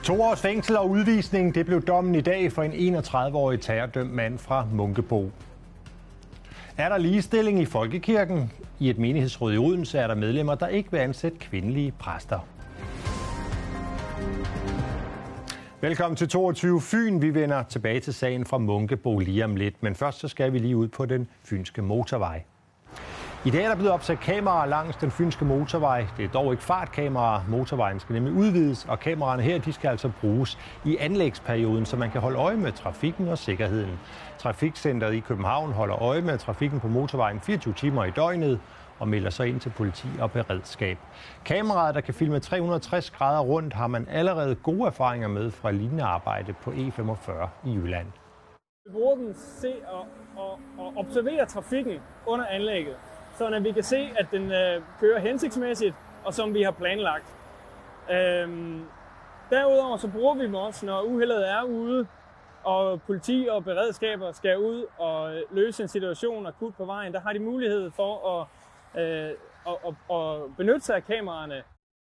2 års fængsel og udvisning, det blev dommen i dag for en 31-årig terrordømt mand fra Munkebo. Er der ligestilling i folkekirken? I et menighedsråd i Odense er der medlemmer, der ikke vil ansætte kvindelige præster. Velkommen til 22 Fyn. Vi vender tilbage til sagen fra Munkebo lige om lidt, men først så skal vi lige ud på den fynske motorvej. I dag er der blevet opsat kameraer langs den fynske motorvej. Det er dog ikke fartkameraer. Motorvejen skal nemlig udvides, og kameraerne her de skal altså bruges i anlægsperioden, så man kan holde øje med trafikken og sikkerheden. Trafikcenteret i København holder øje med trafikken på motorvejen 24 timer i døgnet og melder sig ind til politi og beredskab. Kameraet, der kan filme 360 grader rundt, har man allerede gode erfaringer med fra lignende arbejde på E45 i Jylland. Vi bruger den til at observere trafikken under anlægget, så vi kan se, at den kører hensigtsmæssigt, og som vi har planlagt. Derudover så bruger vi dem også, når uheldet er ude, og politi og beredskaber skal ud og løse en situation akut på vejen. Der har de mulighed for at benytte sig af kameraerne.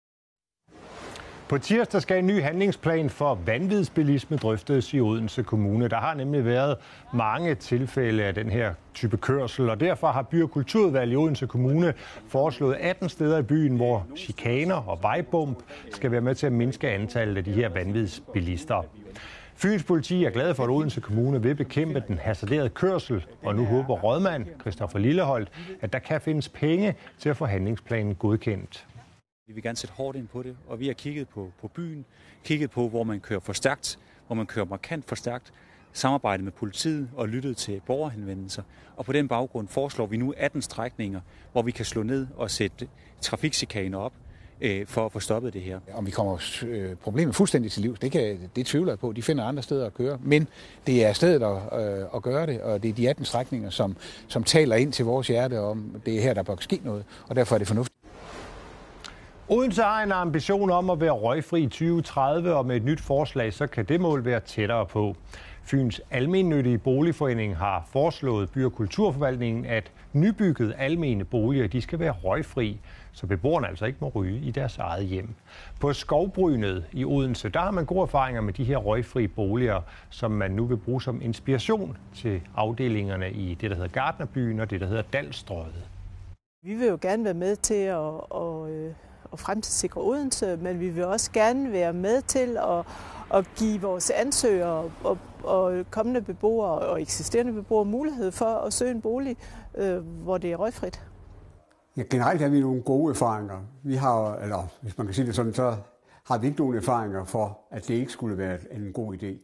På tirsdag skal en ny handlingsplan for vanvidsbilisme drøftes i Odense Kommune. Der har nemlig været mange tilfælde af den her type kørsel, og derfor har By- og Kulturudvalget i Odense Kommune foreslået 18 steder i byen, hvor chikaner og vejbump skal være med til at mindske antallet af de her vanvidsbilister. Fyns politi er glad for, at Odense Kommune vil bekæmpe den hasarderede kørsel, og nu håber rådmand Christoffer Lilleholdt, at der kan findes penge til at få handlingsplanen godkendt. Vi vil gerne sætte hårdt ind på det, og vi har kigget på byen, kigget på, hvor man kører for stærkt, hvor man kører markant for stærkt, samarbejdet med politiet og lyttet til borgerhenvendelser. Og på den baggrund foreslår vi nu 18 strækninger, hvor vi kan slå ned og sætte trafikchikaner op for at få stoppet det her. Om vi kommer problemet fuldstændig til livs, det tvivler jeg på. De finder andre steder at køre, men det er stedet at gøre det, og det er de 18 strækninger, som taler ind til vores hjerte om, det er her, der bør ske noget, og derfor er det fornuftigt. Odense har en ambition om at være røgfri i 2030, og med et nyt forslag, så kan det mål være tættere på. Fyns Almennyttige Boligforening har foreslået By- og Kulturforvaltningen, at nybyggede almene boliger de skal være røgfri, så beboerne altså ikke må ryge i deres eget hjem. På Skovbrynet i Odense, der har man gode erfaringer med de her røgfri boliger, som man nu vil bruge som inspiration til afdelingerne i det, der hedder Gartnerbyen og det, der hedder Dalstrøget. Vi vil jo gerne være med til at fremtidssikre Odense, men vi vil også gerne være med til at give vores ansøgere og kommende beboere og eksisterende beboere mulighed for at søge en bolig, hvor det er røgfrit. Ja, generelt har vi nogle gode erfaringer. Vi har, eller hvis man kan sige det sådan, så har vi ikke nogen erfaringer for, at det ikke skulle være en god idé.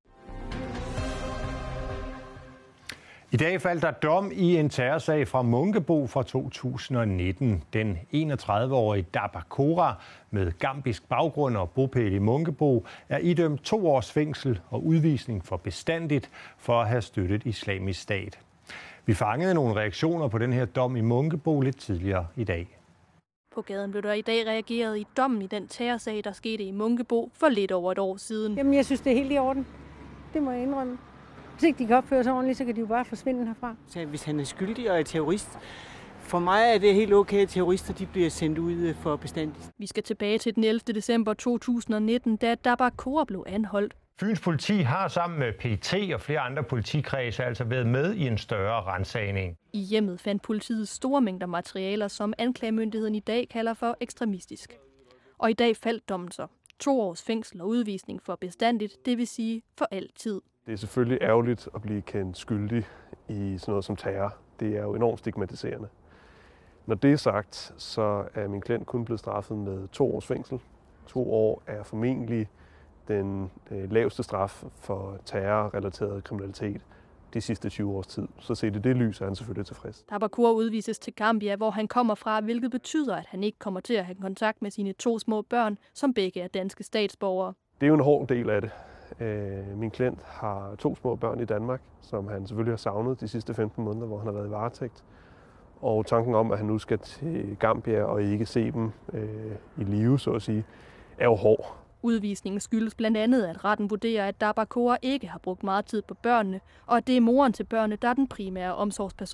I dag faldt der dom i en terrorsag fra Munkebo fra 2019. Den 31-årige Dabakora med gambisk baggrund og bopæl i Munkebo er idømt 2 års fængsel og udvisning for bestandigt for at have støttet Islamisk Stat. Vi fangede nogle reaktioner på den her dom i Munkebo lidt tidligere i dag. På gaden blev der i dag reageret i dommen i den terrorsag, der skete i Munkebo for lidt over et år siden. Jamen, jeg synes, det er helt i orden. Det må jeg indrømme. Hvis ikke de kan opføre sig ordentligt, så kan de jo bare forsvinde herfra. Så hvis han er skyldig og er terrorist, for mig er det helt okay, at terrorister de bliver sendt ud for bestandigt. Vi skal tilbage til den 11. december 2019, da Dabakora blev anholdt. Fyns politi har sammen med PET og flere andre politikredse altså været med i en større ransagning. I hjemmet fandt politiet store mængder materialer, som anklagemyndigheden i dag kalder for ekstremistisk. Og i dag faldt dommen så. 2 års fængsel og udvisning for bestandigt, det vil sige for altid. Det er selvfølgelig ærgerligt at blive kendt skyldig i sådan noget som terror. Det er jo enormt stigmatiserende. Når det er sagt, så er min klient kun blevet straffet med 2 års fængsel. 2 år er formentlig den laveste straf for terrorrelateret kriminalitet de sidste 20 års tid. Så set i det lys er han selvfølgelig tilfreds. Dabakora udvises til Gambia, hvor han kommer fra, hvilket betyder, at han ikke kommer til at have kontakt med sine 2 små børn, som begge er danske statsborgere. Det er jo en hård del af det. Min klient har 2 små børn i Danmark, som han selvfølgelig har savnet de sidste 15 måneder, hvor han har været i varetægt. Og tanken om, at han nu skal til Gambia og ikke se dem i live, så at sige, er jo hård. Udvisningen skyldes blandt andet, at retten vurderer, at Dabakora ikke har brugt meget tid på børnene, og at det er moren til børnene, der er den primære omsorgsperson.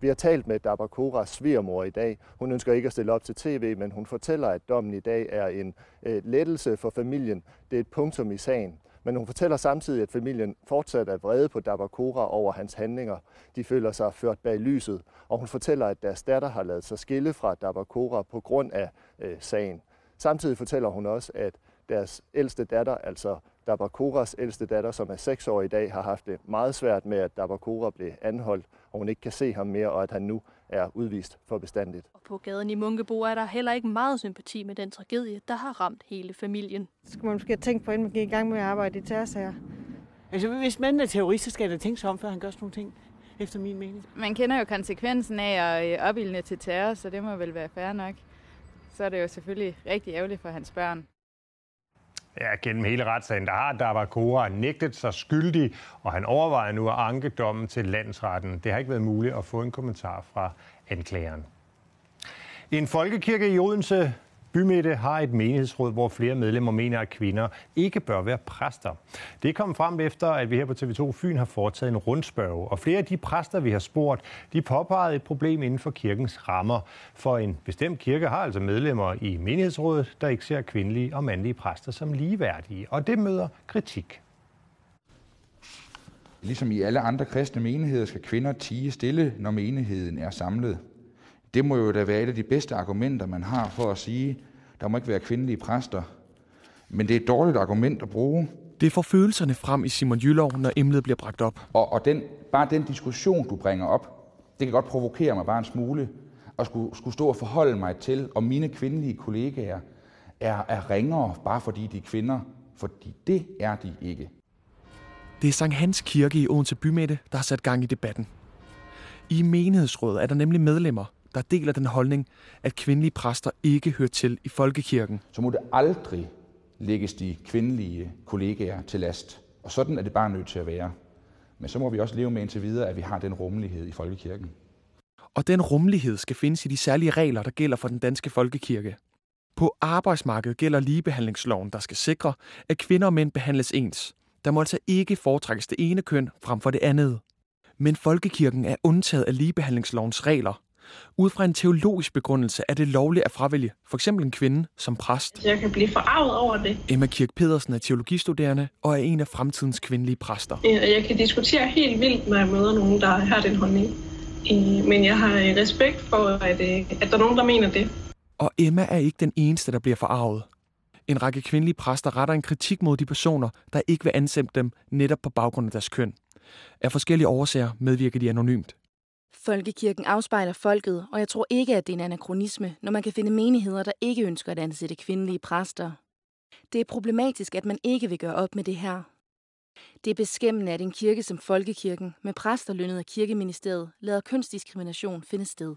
Vi har talt med Dabakoras svigermor i dag. Hun ønsker ikke at stille op til tv, men hun fortæller, at dommen i dag er en lettelse for familien. Det er et punktum i sagen. Men hun fortæller samtidig, at familien fortsat er vrede på Dabakora over hans handlinger. De føler sig ført bag lyset, og hun fortæller, at deres datter har ladet sig skille fra Dabakora på grund af sagen. Samtidig fortæller hun også, at deres ældste datter, altså Dabakoras ældste datter, som er 6 år i dag, har haft det meget svært med, at Dabakora blev anholdt, og hun ikke kan se ham mere, og at han nu er udvist for bestandigt. Og på gaden i Munkebo er der heller ikke meget sympati med den tragedie, der har ramt hele familien. Så skal man måske tænke på, inden man gik i gang med at arbejde i terrorsager. Altså, hvis manden er terrorist, så skal han tænke sig om, før han gør sådan nogle ting, efter min mening. Man kender jo konsekvensen af at opildne til terror, så det må vel være fair nok. Så er det jo selvfølgelig rigtig ærgerligt for hans børn. Ja, gennem hele retssagen, der har Dabakora nægtet sig skyldig, og han overvejer nu at anke dommen til landsretten. Det har ikke været muligt at få en kommentar fra anklageren. En folkekirke i Odense Bymidte har et menighedsråd, hvor flere medlemmer mener, at kvinder ikke bør være præster. Det er kommet frem efter, at vi her på TV2 Fyn har foretaget en rundspørge. Og flere af de præster, vi har spurgt, de påpegede et problem inden for kirkens rammer. For en bestemt kirke har altså medlemmer i menighedsrådet, der ikke ser kvindelige og mandlige præster som ligeværdige. Og det møder kritik. Ligesom i alle andre kristne menigheder skal kvinder tie stille, når menigheden er samlet. Det må jo da være et af de bedste argumenter, man har for at sige, der må ikke være kvindelige præster. Men det er et dårligt argument at bruge. Det får følelserne frem i Simon Jylov, når emnet bliver bragt op. Og bare den diskussion, du bringer op, det kan godt provokere mig bare en smule. At skulle stå og forholde mig til, om mine kvindelige kollegaer er ringere, bare fordi de er kvinder. Fordi det er de ikke. Det er Sankt Hans Kirke i Odense Bymidte, der har sat gang i debatten. I menighedsrådet er der nemlig medlemmer, der deler den holdning, at kvindelige præster ikke hører til i folkekirken. Så må det aldrig lægges de kvindelige kollegaer til last. Og sådan er det bare nødt til at være. Men så må vi også leve med indtil videre, at vi har den rummelighed i folkekirken. Og den rummelighed skal findes i de særlige regler, der gælder for den danske folkekirke. På arbejdsmarkedet gælder ligebehandlingsloven, der skal sikre, at kvinder og mænd behandles ens. Der må altså ikke foretrækkes det ene køn frem for det andet. Men folkekirken er undtaget af ligebehandlingslovens regler. Ud fra en teologisk begrundelse er det lovligt at fravælge f.eks. en kvinde som præst. Jeg kan blive forarvet over det. Emma Kirk Pedersen er teologistuderende og er en af fremtidens kvindelige præster. Jeg kan diskutere helt vildt, når jeg møder nogen, der har den holdning. Men jeg har respekt for, at der er nogen, der mener det. Og Emma er ikke den eneste, der bliver forarvet. En række kvindelige præster retter en kritik mod de personer, der ikke vil ansætte dem netop på baggrund af deres køn. Af forskellige årsager medvirker de anonymt. Folkekirken afspejler folket, og jeg tror ikke, at det er en anakronisme, når man kan finde menigheder, der ikke ønsker at ansætte kvindelige præster. Det er problematisk, at man ikke vil gøre op med det her. Det er beskæmmende, at en kirke som Folkekirken, med præster lønnet af Kirkeministeriet, lader kønsdiskrimination finde sted.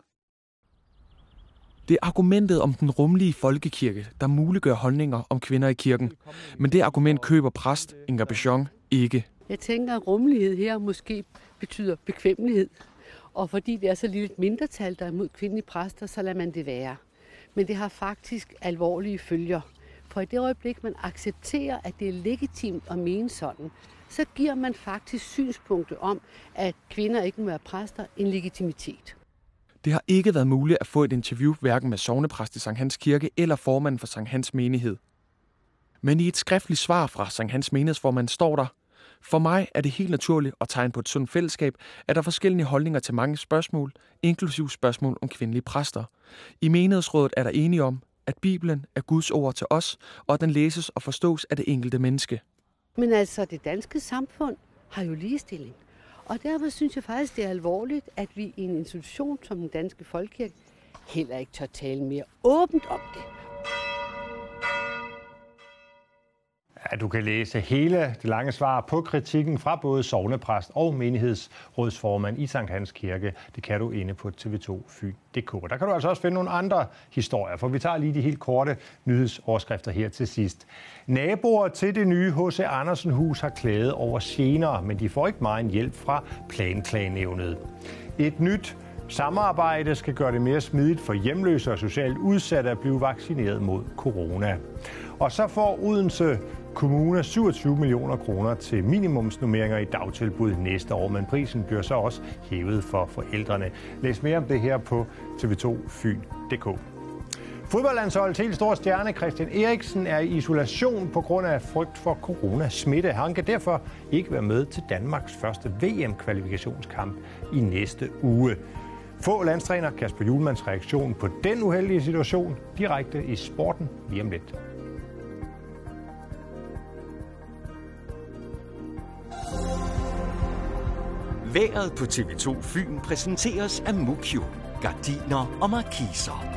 Det er argumentet om den rummelige folkekirke, der muliggør holdninger om kvinder i kirken. Men det argument køber præst Inger Bichon ikke. Jeg tænker, at rummelighed her måske betyder bekvemmelighed. Og fordi det er så lille et mindretal, der er imod kvindelige præster, så lader man det være. Men det har faktisk alvorlige følger. For i det øjeblik, man accepterer, at det er legitimt at mene sådan, så giver man faktisk synspunktet om, at kvinder ikke må være præster, en legitimitet. Det har ikke været muligt at få et interview hverken med sognepræst i Sankt Hans Kirke eller formanden for Sankt Hans menighed. Men i et skriftligt svar fra Sankt Hans menighedsformand står der: For mig er det helt naturligt at tegne på et sundt fællesskab, at der er forskellige holdninger til mange spørgsmål, inklusive spørgsmål om kvindelige præster. I menighedsrådet er der enige om, at Bibelen er Guds ord til os, og at den læses og forstås af det enkelte menneske. Men altså, det danske samfund har jo ligestilling. Og derfor synes jeg faktisk, det er alvorligt, at vi i en institution som den danske folkekirke heller ikke tør tale mere åbent om det. Ja, du kan læse hele det lange svar på kritikken fra både sognepræst og menighedsrådsformand i Sankt Hans Kirke. Det kan du inde på tv2fyn.dk. Der kan du altså også finde nogle andre historier, for vi tager lige de helt korte nyhedsoverskrifter her til sidst. Naboer til det nye H.C. Andersen-hus har klaget over gener, men de får ikke meget hjælp fra Planklagenævnet. Et nyt samarbejde skal gøre det mere smidigt for hjemløse og socialt udsatte at blive vaccineret mod corona. Og så får Odense kommune 27 millioner kroner til minimumsnormeringer i dagtilbud næste år, men prisen bliver så også hævet for forældrene. Læs mere om det her på tv2fyn.dk. Fodboldlandsholdets helt store stjerne Christian Eriksen er i isolation på grund af frygt for coronasmitte. Han kan derfor ikke være med til Danmarks første VM-kvalifikationskamp i næste uge. Få landstræner Kasper Hjulmanns reaktion på den uheldige situation direkte i Sporten lige om lidt. Vejret på TV2 Fyn præsenteres af Mukio, gardiner og markiser.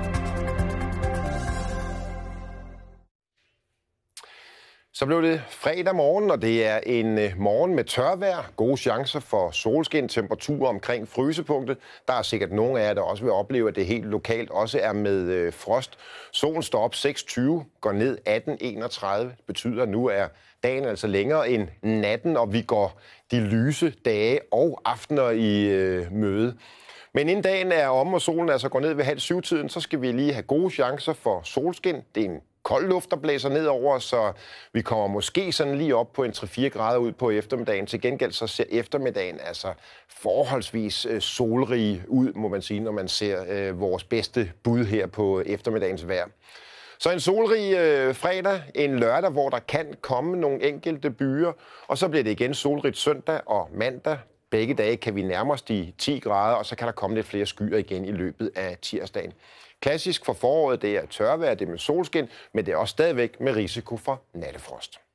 Så blev det fredag morgen, og det er en morgen med tørvejr. Gode chancer for solskin, temperaturer omkring frysepunktet. Der er sikkert nogle af jer, der også vil opleve, at det helt lokalt også er med frost. Solen står op 6:20, går ned 18:31. Det betyder, at nu er dagen altså længere end natten, og vi går de lyse dage og aftener i møde. Men inden dagen er om, og solen altså går ned ved 6:30-tiden, så skal vi lige have gode chancer for solskin. Det er en kold luft, der blæser ned over, så vi kommer måske sådan lige op på en 3-4 grader ud på eftermiddagen. Til gengæld så ser eftermiddagen altså forholdsvis solrig ud, må man sige, når man ser vores bedste bud her på eftermiddagens vejr. Så en solrig fredag, en lørdag, hvor der kan komme nogle enkelte byer, og så bliver det igen solrigt søndag og mandag. Begge dage kan vi nærme os de 10 grader, og så kan der komme lidt flere skyer igen i løbet af tirsdagen. Klassisk for foråret, det er tørvejr, det er med solskin, men det er også stadigvæk med risiko for nattefrost.